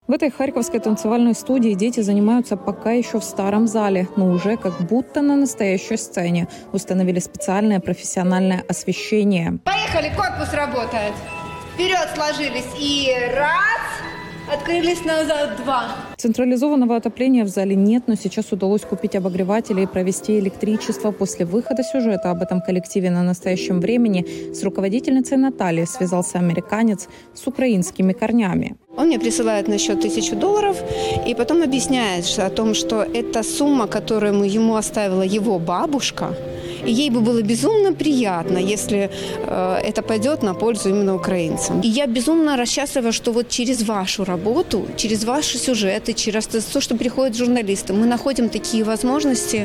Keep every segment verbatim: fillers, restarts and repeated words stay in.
В этой харьковской танцевальной студии дети занимаются пока еще в старом зале, но уже как будто на настоящей сцене. Установили специальное профессиональное освещение. Поехали, корпус работает. Вперед сложились и раз, открылись назад два. Централизованного отопления в зале нет, но сейчас удалось купить обогреватели и провести электричество. После выхода сюжета об этом коллективе на настоящем времени с руководительницей Натальей связался американец с украинскими корнями. Он мне присылает на счет тысячу долларов и потом объясняет о том, что это сумма, которую ему оставила его бабушка, и ей бы было безумно приятно, если э, это пойдет на пользу именно украинцам. И я безумно рассчастлива, что вот через вашу работу, через ваши сюжеты, через то, что приходят журналисты, мы находим такие возможности,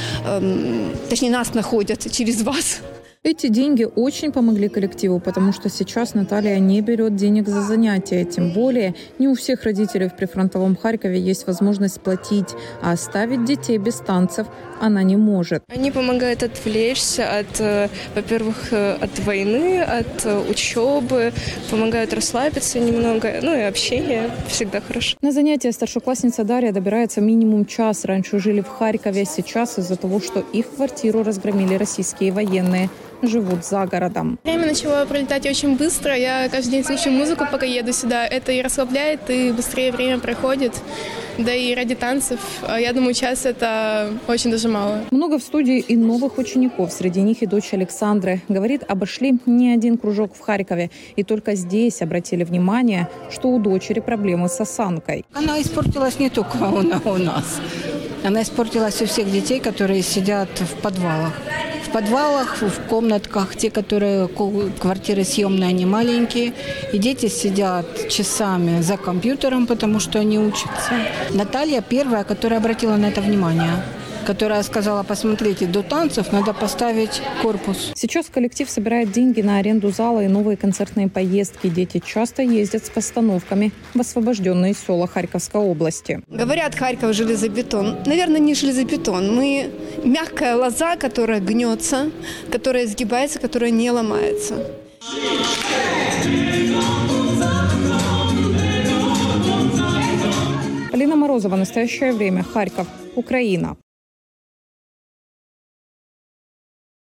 э, точнее нас находят через вас. Эти деньги очень помогли коллективу, потому что сейчас Наталья не берет денег за занятия. Тем более не у всех родителей в прифронтовом Харькове есть возможность платить, а оставить детей без танцев она не может. Они помогают отвлечься от, во-первых, от войны, от учебы, помогают расслабиться немного, ну и общение всегда хорошо. На занятия старшеклассница Дарья добирается минимум час. Раньше жили в Харькове, сейчас из-за того, что их квартиру разгромили российские военные, живут за городом. Время начало пролетать очень быстро. Я каждый день слушаю музыку, пока еду сюда. Это и расслабляет, и быстрее время проходит. Да и ради танцев, я думаю, час это очень даже мало. Много в студии и новых учеников. Среди них и дочь Александры. Говорит, обошли не один кружок в Харькове. И только здесь обратили внимание, что у дочери проблемы с осанкой. Она испортилась не только у нас. Она испортилась у всех детей, которые сидят в подвалах. В подвалах, в комнатках, те, которые квартиры съемные, они маленькие. И дети сидят часами за компьютером, потому что они учатся. Наталья первая, которая обратила на это внимание, которая сказала, посмотрите, до танцев надо поставить корпус. Сейчас коллектив собирает деньги на аренду зала и новые концертные поездки. Дети часто ездят с постановками в освобожденные села Харьковской области. Говорят, Харьков железобетон. Наверное, не железобетон. Мы мягкая лоза, которая гнется, которая сгибается, которая не ломается. Полина Морозова. Настоящее время. Харьков. Украина.